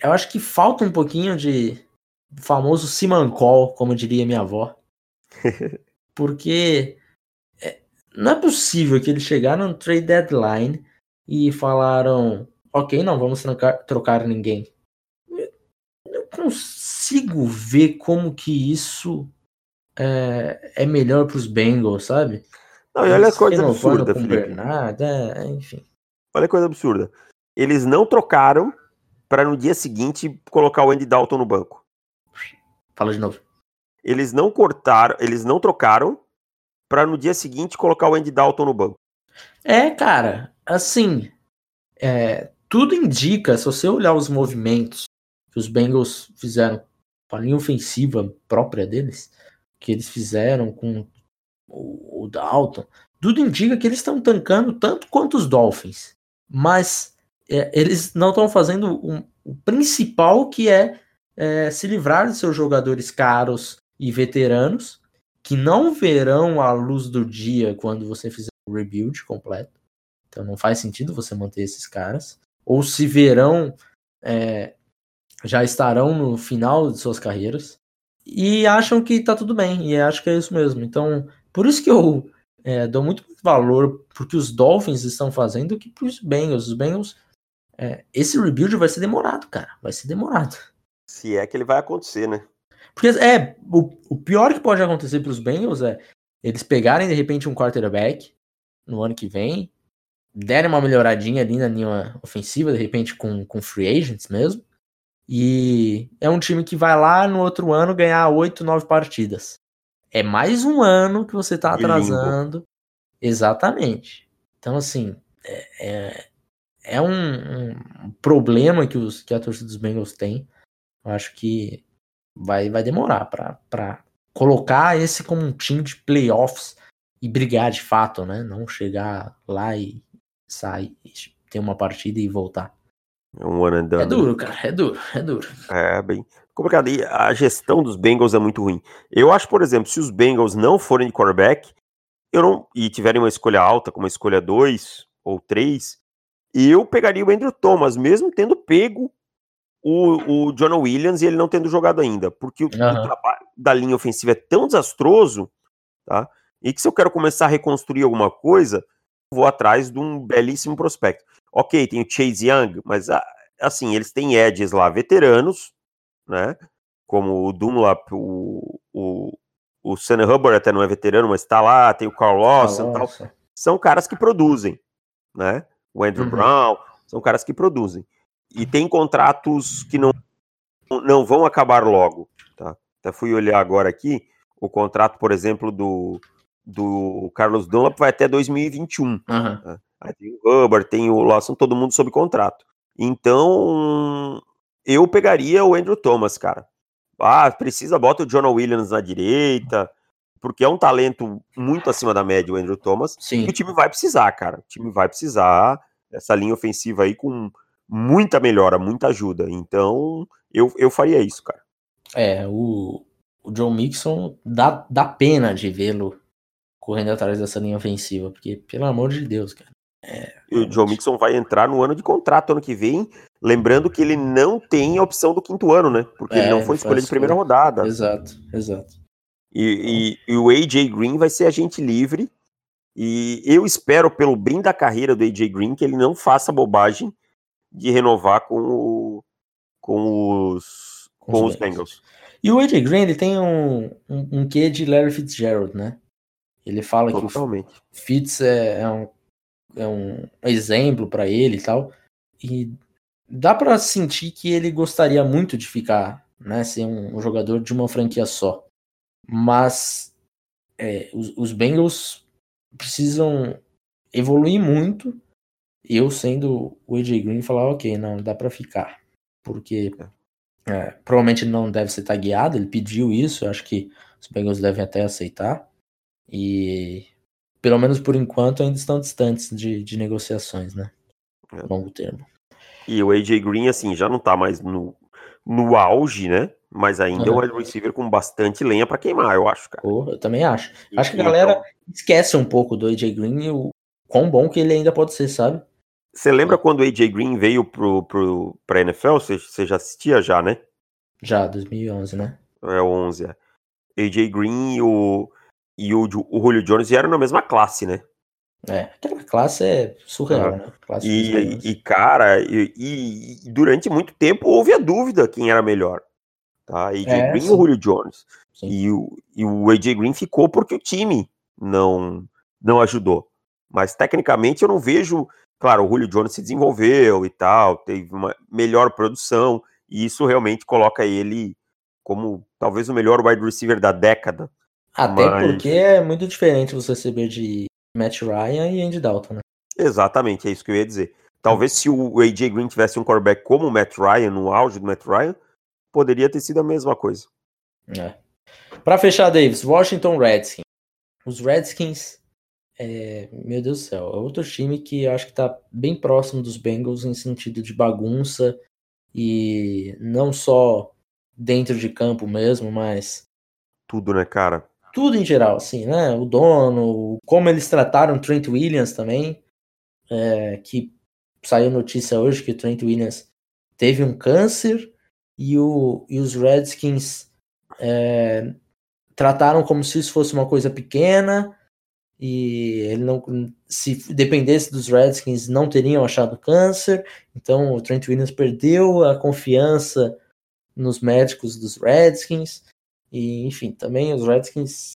eu acho que falta um pouquinho de famoso Simancol, como diria minha avó. Porque não é possível que eles chegaram no trade deadline e falaram, ok, não vamos trocar ninguém. Eu não consigo ver como que isso é melhor para os Bengals, sabe? Não, e olha a coisa renovando absurda, com o Felipe. Bernard, enfim. Olha a coisa absurda. Eles não trocaram para no dia seguinte colocar o Andy Dalton no banco. Fala de novo. Eles não trocaram para no dia seguinte colocar o Andy Dalton no banco. Cara, assim, tudo indica, se você olhar os movimentos que os Bengals fizeram com a linha ofensiva própria deles, que eles fizeram com o Dalton, tudo indica que eles estão tancando tanto quanto os Dolphins, mas eles não estão fazendo o principal, que é se livrar de seus jogadores caros e veteranos, que não verão a luz do dia quando você fizer o rebuild completo. Então não faz sentido você manter esses caras. Ou se verão, já estarão no final de suas carreiras e acham que tá tudo bem, e acho que é isso mesmo. Então, por isso que eu dou muito valor porque os Dolphins estão fazendo que pros Bengals. Os Bengals, esse rebuild vai ser demorado, cara. Vai ser demorado. Se é que ele vai acontecer, né? Porque o pior que pode acontecer pros Bengals é eles pegarem de repente um quarterback no ano que vem, derem uma melhoradinha ali na linha ofensiva, de repente com free agents mesmo, e é um time que vai lá no outro ano ganhar 8, 9 partidas. É mais um ano que você tá atrasando. Exatamente. Então, assim, é um problema que a torcida dos Bengals tem. Eu acho que vai demorar pra colocar esse como um time de playoffs e brigar de fato, né? Não chegar lá e sair, ter uma partida e voltar. É um ano andando. É duro, cara. É duro. É bem complicado. E a gestão dos Bengals é muito ruim. Eu acho, por exemplo, se os Bengals não forem de quarterback, e tiverem uma escolha alta, como a escolha 2 ou 3, eu pegaria o Andrew Thomas, mesmo tendo pego o John Williams e ele não tendo jogado ainda. Porque o trabalho da linha ofensiva é tão desastroso, tá? E que se eu quero começar a reconstruir alguma coisa, vou atrás de um belíssimo prospecto. Ok, tem o Chase Young, mas assim, eles têm edges lá, veteranos, né? Como o Dunlap, o Sam Hubbard até não é veterano, mas tá lá, tem o Carl Lawson e tal. São caras que produzem, né? O Andrew Brown, são caras que produzem. E tem contratos que não vão acabar logo, tá? Até fui olhar agora aqui, o contrato, por exemplo, do Carlos Dunlap vai até 2021. Né? Aí tem o Hubbard, tem o Lawson, todo mundo sob contrato. Então, eu pegaria o Andrew Thomas, cara. Precisa, bota o John Williams na direita, porque é um talento muito acima da média o Andrew Thomas. Sim. E o time vai precisar, cara. O time vai precisar dessa linha ofensiva aí com muita melhora, muita ajuda. Então, eu faria isso, cara. O Joe Mixon dá pena de vê-lo correndo atrás dessa linha ofensiva, porque, pelo amor de Deus, cara. E o Joe Mixon vai entrar no ano de contrato ano que vem, lembrando que ele não tem a opção do 5º ano, né? Porque ele não foi escolha de primeira rodada. Exato. E o AJ Green vai ser agente livre, e eu espero, pelo bem da carreira do AJ Green, que ele não faça bobagem de renovar com os Bengals. E o AJ Green, ele tem um quê de Larry Fitzgerald, né? Ele fala Totalmente. Que o Fitz é um exemplo para ele e tal. E dá para sentir que ele gostaria muito de ficar, né? Ser um jogador de uma franquia só. Mas os Bengals precisam evoluir muito. Eu, sendo o AJ Green, falar, ok, não, dá para ficar. Porque provavelmente ele não deve ser tagueado, ele pediu isso, eu acho que os Bengals devem até aceitar. E pelo menos por enquanto ainda estão distantes de negociações, né? Longo termo. E o AJ Green, assim, já não tá mais no auge, né? Mas ainda é um wide receiver com bastante lenha pra queimar, eu acho, cara. Eu também acho. Acho que a galera esquece um pouco do AJ Green e o quão bom que ele ainda pode ser, sabe? Você lembra quando o AJ Green veio pra NFL? Você já assistia já, né? Já, 2011, né? É o 11, é. AJ Green o Julio Jones eram na mesma classe, né? Aquela classe é surreal, né? Classe dos Rams. Cara, durante muito tempo houve a dúvida quem era melhor, tá? AJ Green ou Sim, Julio Jones? sim. E o AJ Green ficou porque o time não ajudou. Mas tecnicamente eu não vejo. Claro, o Julio Jones se desenvolveu e tal, teve uma melhor produção, e isso realmente coloca ele como talvez o melhor wide receiver da década. Até Mas porque é muito diferente você receber de Matt Ryan e Andy Dalton, né? exatamente, é isso que eu ia dizer. Talvez se o AJ Green tivesse um quarterback como o Matt Ryan, no auge do Matt Ryan, poderia ter sido a mesma coisa. Pra fechar, Davis, Washington Redskins. Os Redskins, meu Deus do céu, é outro time que eu acho que tá bem próximo dos Bengals em sentido de bagunça e não só dentro de campo mesmo, mas Tudo, né, cara? tudo em geral, assim, né? O dono, como eles trataram o Trent Williams também, que saiu notícia hoje que o Trent Williams teve um câncer e os Redskins trataram como se isso fosse uma coisa pequena e ele não, se dependesse dos Redskins não teriam achado câncer, então o Trent Williams perdeu a confiança nos médicos dos Redskins e enfim, também os Redskins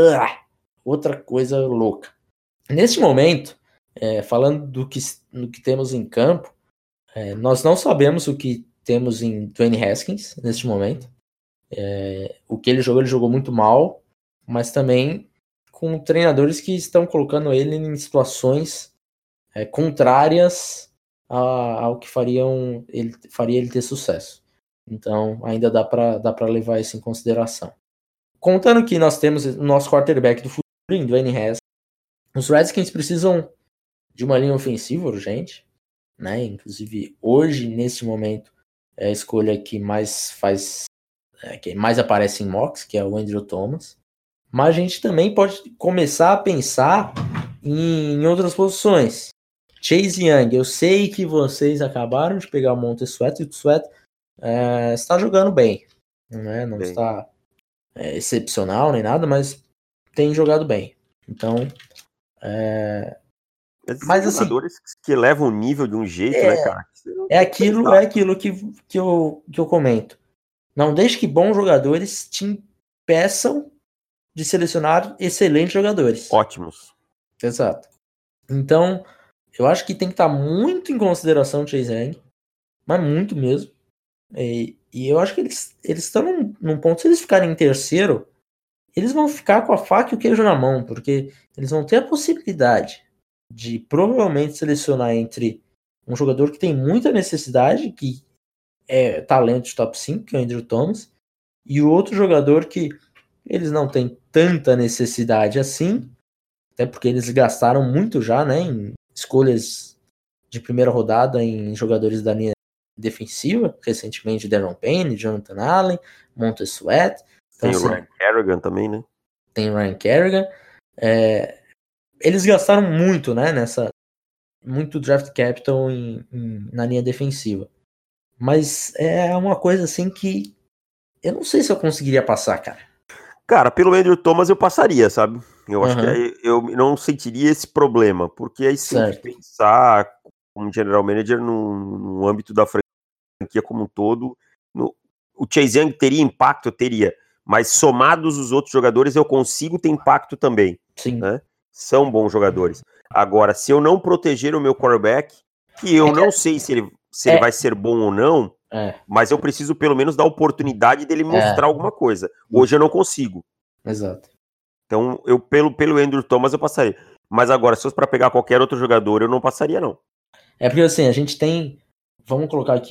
outra coisa louca. Neste momento, falando do que temos em campo, nós não sabemos o que temos em Dwayne Haskins neste momento. O que ele jogou muito mal, mas também com treinadores que estão colocando ele em situações contrárias ao que faria ele ter sucesso. Então, ainda dá para levar isso em consideração. Contando que nós temos o nosso quarterback do futuro, em Dwayne Haskins, os Redskins precisam de uma linha ofensiva urgente, né? Inclusive, hoje, nesse momento, é a escolha que mais que mais aparece em mocks, que é o Andrew Thomas. Mas a gente também pode começar a pensar em outras posições. Chase Young, eu sei que vocês acabaram de pegar o Montez Sweat e o Sweat está jogando bem. Né? Não Bem. está excepcional nem nada, mas tem jogado bem. Então, Esses mas assim, jogadores que levam o nível de um jeito, né, cara? é aquilo que eu comento. Não deixe que bons jogadores te impeçam de selecionar excelentes jogadores. Ótimos. Exato. Então, eu acho que tem que estar muito em consideração o Chase Young, mas muito mesmo. E eu acho que eles estão num ponto, se eles ficarem em terceiro, eles vão ficar com a faca e o queijo na mão, porque eles vão ter a possibilidade de provavelmente selecionar entre um jogador que tem muita necessidade, que é talento de top 5, que é o Andrew Thomas, e o outro jogador que eles não têm tanta necessidade assim, até porque eles gastaram muito já, né, em escolhas de primeira rodada em jogadores da linha defensiva, recentemente Deron Payne, Jonathan Allen, Montez Sweat. Então, Tem o assim, Ryan Kerrigan também, né? tem Ryan Kerrigan. Eles gastaram muito, né, muito draft capital na linha defensiva. Mas é uma coisa assim que eu não sei se eu conseguiria passar, cara. Cara, pelo Andrew Thomas eu passaria, sabe? Eu acho que Uhum. aí eu não sentiria esse problema, porque aí você tem que Certo. pensar como general manager no âmbito da franquia como um todo. O Chase Young teria impacto? Teria. Mas somados os outros jogadores, eu consigo ter impacto também. Sim. Né? São bons jogadores. Agora, se eu não proteger o meu quarterback, que eu não sei se ele vai ser bom ou não, mas eu preciso pelo menos dar a oportunidade dele mostrar alguma coisa. Hoje eu não consigo. Exato. Então, eu pelo Andrew Thomas eu passaria. Mas agora, se fosse para pegar qualquer outro jogador, eu não passaria, não. É porque assim, a gente tem. Vamos colocar aqui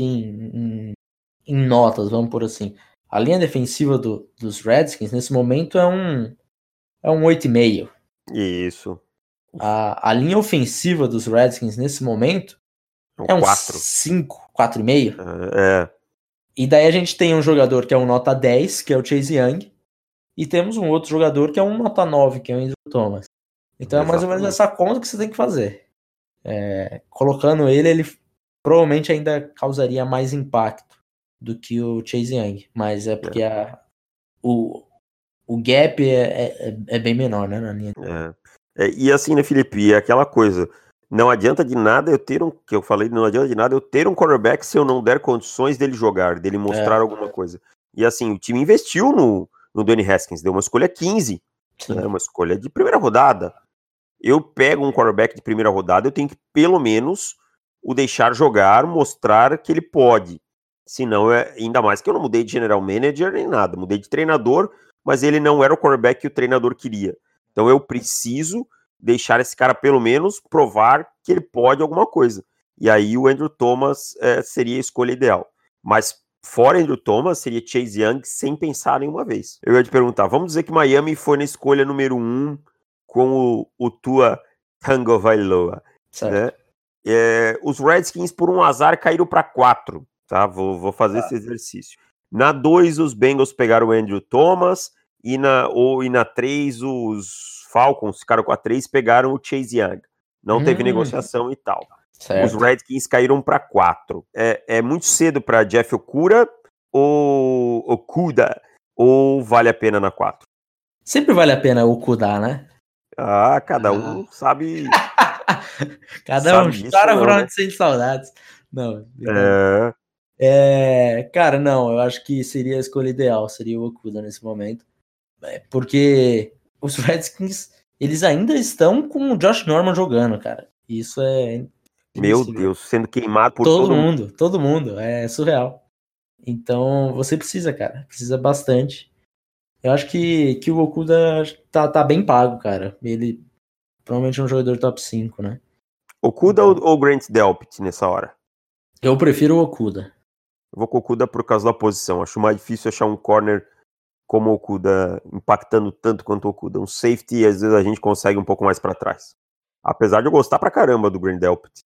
em notas, vamos por assim. A linha defensiva dos Redskins, nesse momento, é um 8,5. Isso. A linha ofensiva dos Redskins, nesse momento, é um 4. 5, 4,5. É. E daí a gente tem um jogador que é um nota 10, que é o Chase Young. E temos um outro jogador que é um nota 9, que é o Andrew Thomas. Então é mais ou menos essa conta que você tem que fazer. colocando ele provavelmente ainda causaria mais impacto do que o Chase Young, mas é porque o gap é bem menor, né, na linha. E assim, né, Felipe, é aquela coisa, não adianta de nada não adianta de nada eu ter um quarterback se eu não der condições dele jogar, dele mostrar alguma coisa. E assim, o time investiu no Dwayne Haskins, deu uma escolha 15, né, uma escolha de primeira rodada. Eu pego um quarterback de primeira rodada, eu tenho que pelo menos o deixar jogar, mostrar que ele pode. Senão, ainda mais que eu não mudei de general manager nem nada, mudei de treinador, mas ele não era o quarterback que o treinador queria. Então eu preciso deixar esse cara pelo menos provar que ele pode alguma coisa. E aí o Andrew Thomas seria a escolha ideal. Mas fora Andrew Thomas, seria Chase Young sem pensar nenhuma vez. Eu ia te perguntar, vamos dizer que Miami foi na escolha número 1 com o Tua Tagovailoa, né? Os Redskins, por um azar, caíram para 4, tá? Vou fazer esse exercício. Na 2, os Bengals pegaram o Andrew Thomas, e na 3, os Falcons ficaram com a 3, pegaram o Chase Young. Não teve negociação e tal. Certo. Os Redskins caíram para 4. É muito cedo para Jeff Okuda ou vale a pena na 4? Sempre vale a pena o Okuda, né? Cada um sabe. Cada um chora não, por onde né? sente saudades. Não. Cara, não, eu acho que seria a escolha ideal, seria o Okuda nesse momento. Porque os Redskins, eles ainda estão com o Josh Norman jogando, cara. Isso é Meu Deus, sendo queimado por todo mundo. É surreal. Então, você precisa, cara. Precisa bastante. Eu acho que o Okuda tá bem pago, cara. Ele provavelmente é um jogador top 5, né? Okuda ou Grant Delpit nessa hora? Eu prefiro o Okuda. Eu vou com o Okuda por causa da posição. Acho mais difícil achar um corner como o Okuda, impactando tanto quanto o Okuda. Um safety, às vezes a gente consegue um pouco mais pra trás. Apesar de eu gostar pra caramba do Grant Delpit.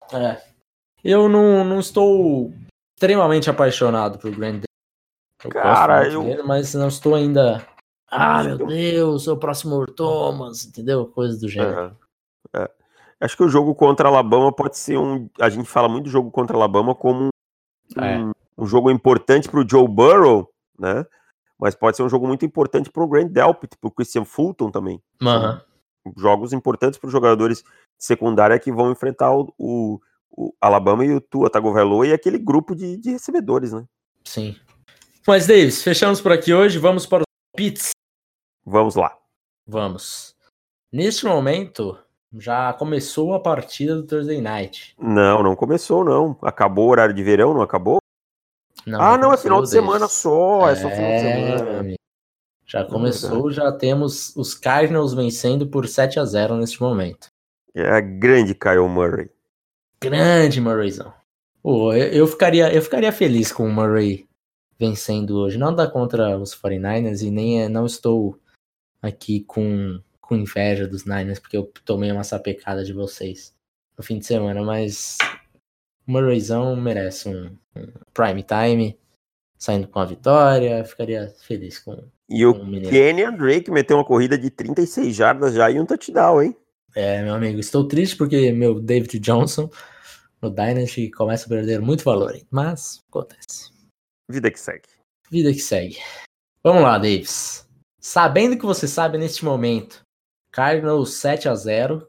Eu não estou extremamente apaixonado por Grant Delpit. Cara, gosto muito dele, mas não estou ainda... meu Deus, o próximo Thomas, entendeu? Coisa do gênero. Acho que o jogo contra a Alabama pode ser a gente fala muito do jogo contra a Alabama como um jogo importante pro Joe Burrow, né? Mas pode ser um jogo muito importante pro Grant Delpit, pro Christian Fulton também. São jogos importantes para os jogadores de secundária que vão enfrentar o Alabama e o Tua Tagovailoa e aquele grupo de recebedores, né? Sim. Mas, Davis, fechamos por aqui hoje. Vamos para os palpites? Vamos lá. Vamos. Neste momento, já começou a partida do Thursday Night. Não começou, não. Acabou o horário de verão, não acabou? Não, é final de semana só. É só final de semana. Já começou, já temos os Cardinals vencendo por 7-0 neste momento. É a grande Kyle Murray. Grande Murrayzão. Eu ficaria feliz com o Murray vencendo hoje. Não dá contra os 49ers e nem não estou aqui com inveja dos Niners, porque eu tomei uma sapecada de vocês no fim de semana, mas o Murrayzão merece um prime time, saindo com a vitória, ficaria feliz com o Kenyan Drake meteu uma corrida de 36 jardas já e um touchdown, hein? Meu amigo, estou triste porque meu David Johnson no Dynasty começa a perder muito valor, mas acontece. Vida que segue. Vida que segue. Vamos lá, Davis. Sabendo que você sabe neste momento, Cardinals 7-0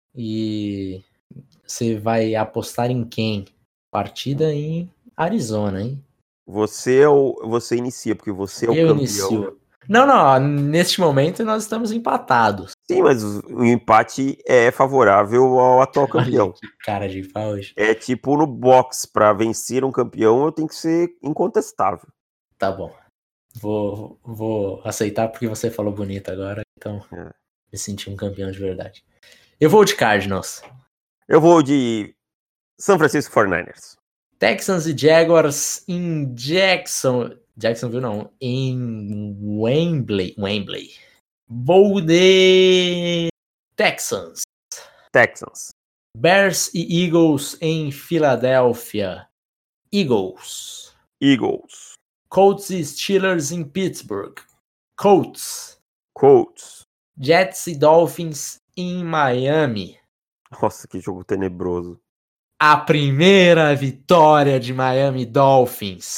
e você vai apostar em quem? Partida em Arizona, hein? Você inicia, porque você é o campeão. Inicio. Não, neste momento nós estamos empatados. Sim, mas o empate é favorável ao atual campeão. Olha que cara de pau hoje. É tipo no boxe, para vencer um campeão eu tenho que ser incontestável. Tá bom. Vou aceitar porque você falou bonito agora, então me senti um campeão de verdade. Eu vou de Cardinals. Eu vou de San Francisco 49ers. Texans e Jaguars em Jacksonville não, em Wembley. Vou de Texans. Bears e Eagles em Filadélfia. Eagles. Colts e Steelers em Pittsburgh. Colts. Jets e Dolphins em Miami. Nossa, que jogo tenebroso. A primeira vitória de Miami Dolphins.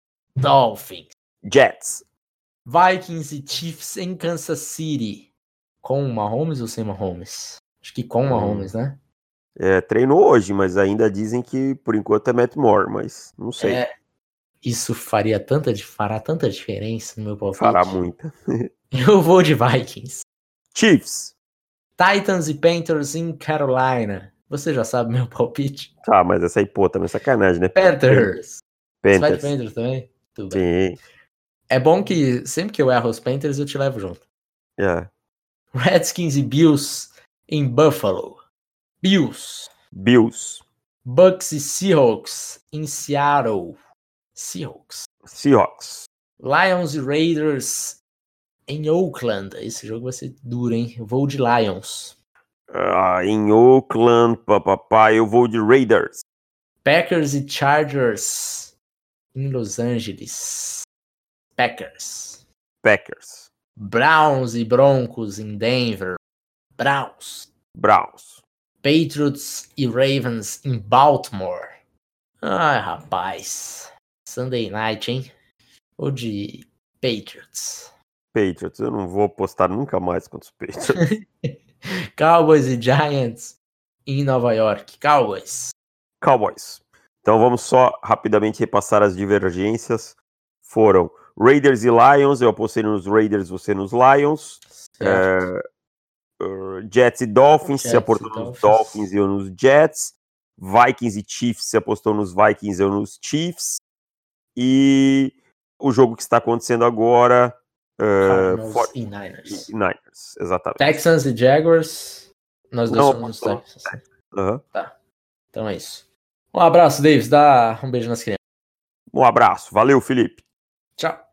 Jets. Vikings e Chiefs em Kansas City. Com o Mahomes ou sem Mahomes? Acho que com o Mahomes, né? Treinou hoje, mas ainda dizem que por enquanto é Matt Moore, mas não sei. Isso fará tanta diferença no meu palpite. Fará muita. Eu vou de Vikings. Chiefs. Titans e Panthers em Carolina. Você já sabe meu palpite? Tá, mas essa aí, pô, também é sacanagem, né? Panthers. Você vai de Panthers. Panthers também? Tudo bem. Sim. É bom que sempre que eu erro os Panthers, eu te levo junto. É. Redskins e Bills em Buffalo. Bills. Bucks e Seahawks em Seattle. Seahawks. Lions e Raiders em Oakland. Esse jogo vai ser duro, hein? Eu vou de Lions. Em Oakland, papapá, eu vou de Raiders. Packers e Chargers em Los Angeles. Packers. Browns e Broncos em Denver. Browns. Patriots e Ravens em Baltimore. Ai, rapaz. Sunday Night, hein? Ou de Patriots. Eu não vou apostar nunca mais contra os Patriots. Cowboys e Giants em Nova York. Cowboys. Então vamos só rapidamente repassar as divergências. Foram Raiders e Lions, eu apostei nos Raiders, você nos Lions. Jets e Dolphins, você apostou nos Dolphins e eu nos Jets. Vikings e Chiefs, você apostou nos Vikings e eu nos Chiefs. E o jogo que está acontecendo agora... Cardinals e Niners, exatamente. Texans e Jaguars, nós dois somos nos Texans. Tá, então é isso. Um abraço, Davis, dá um beijo nas crianças. Um abraço, valeu, Felipe. Tchau.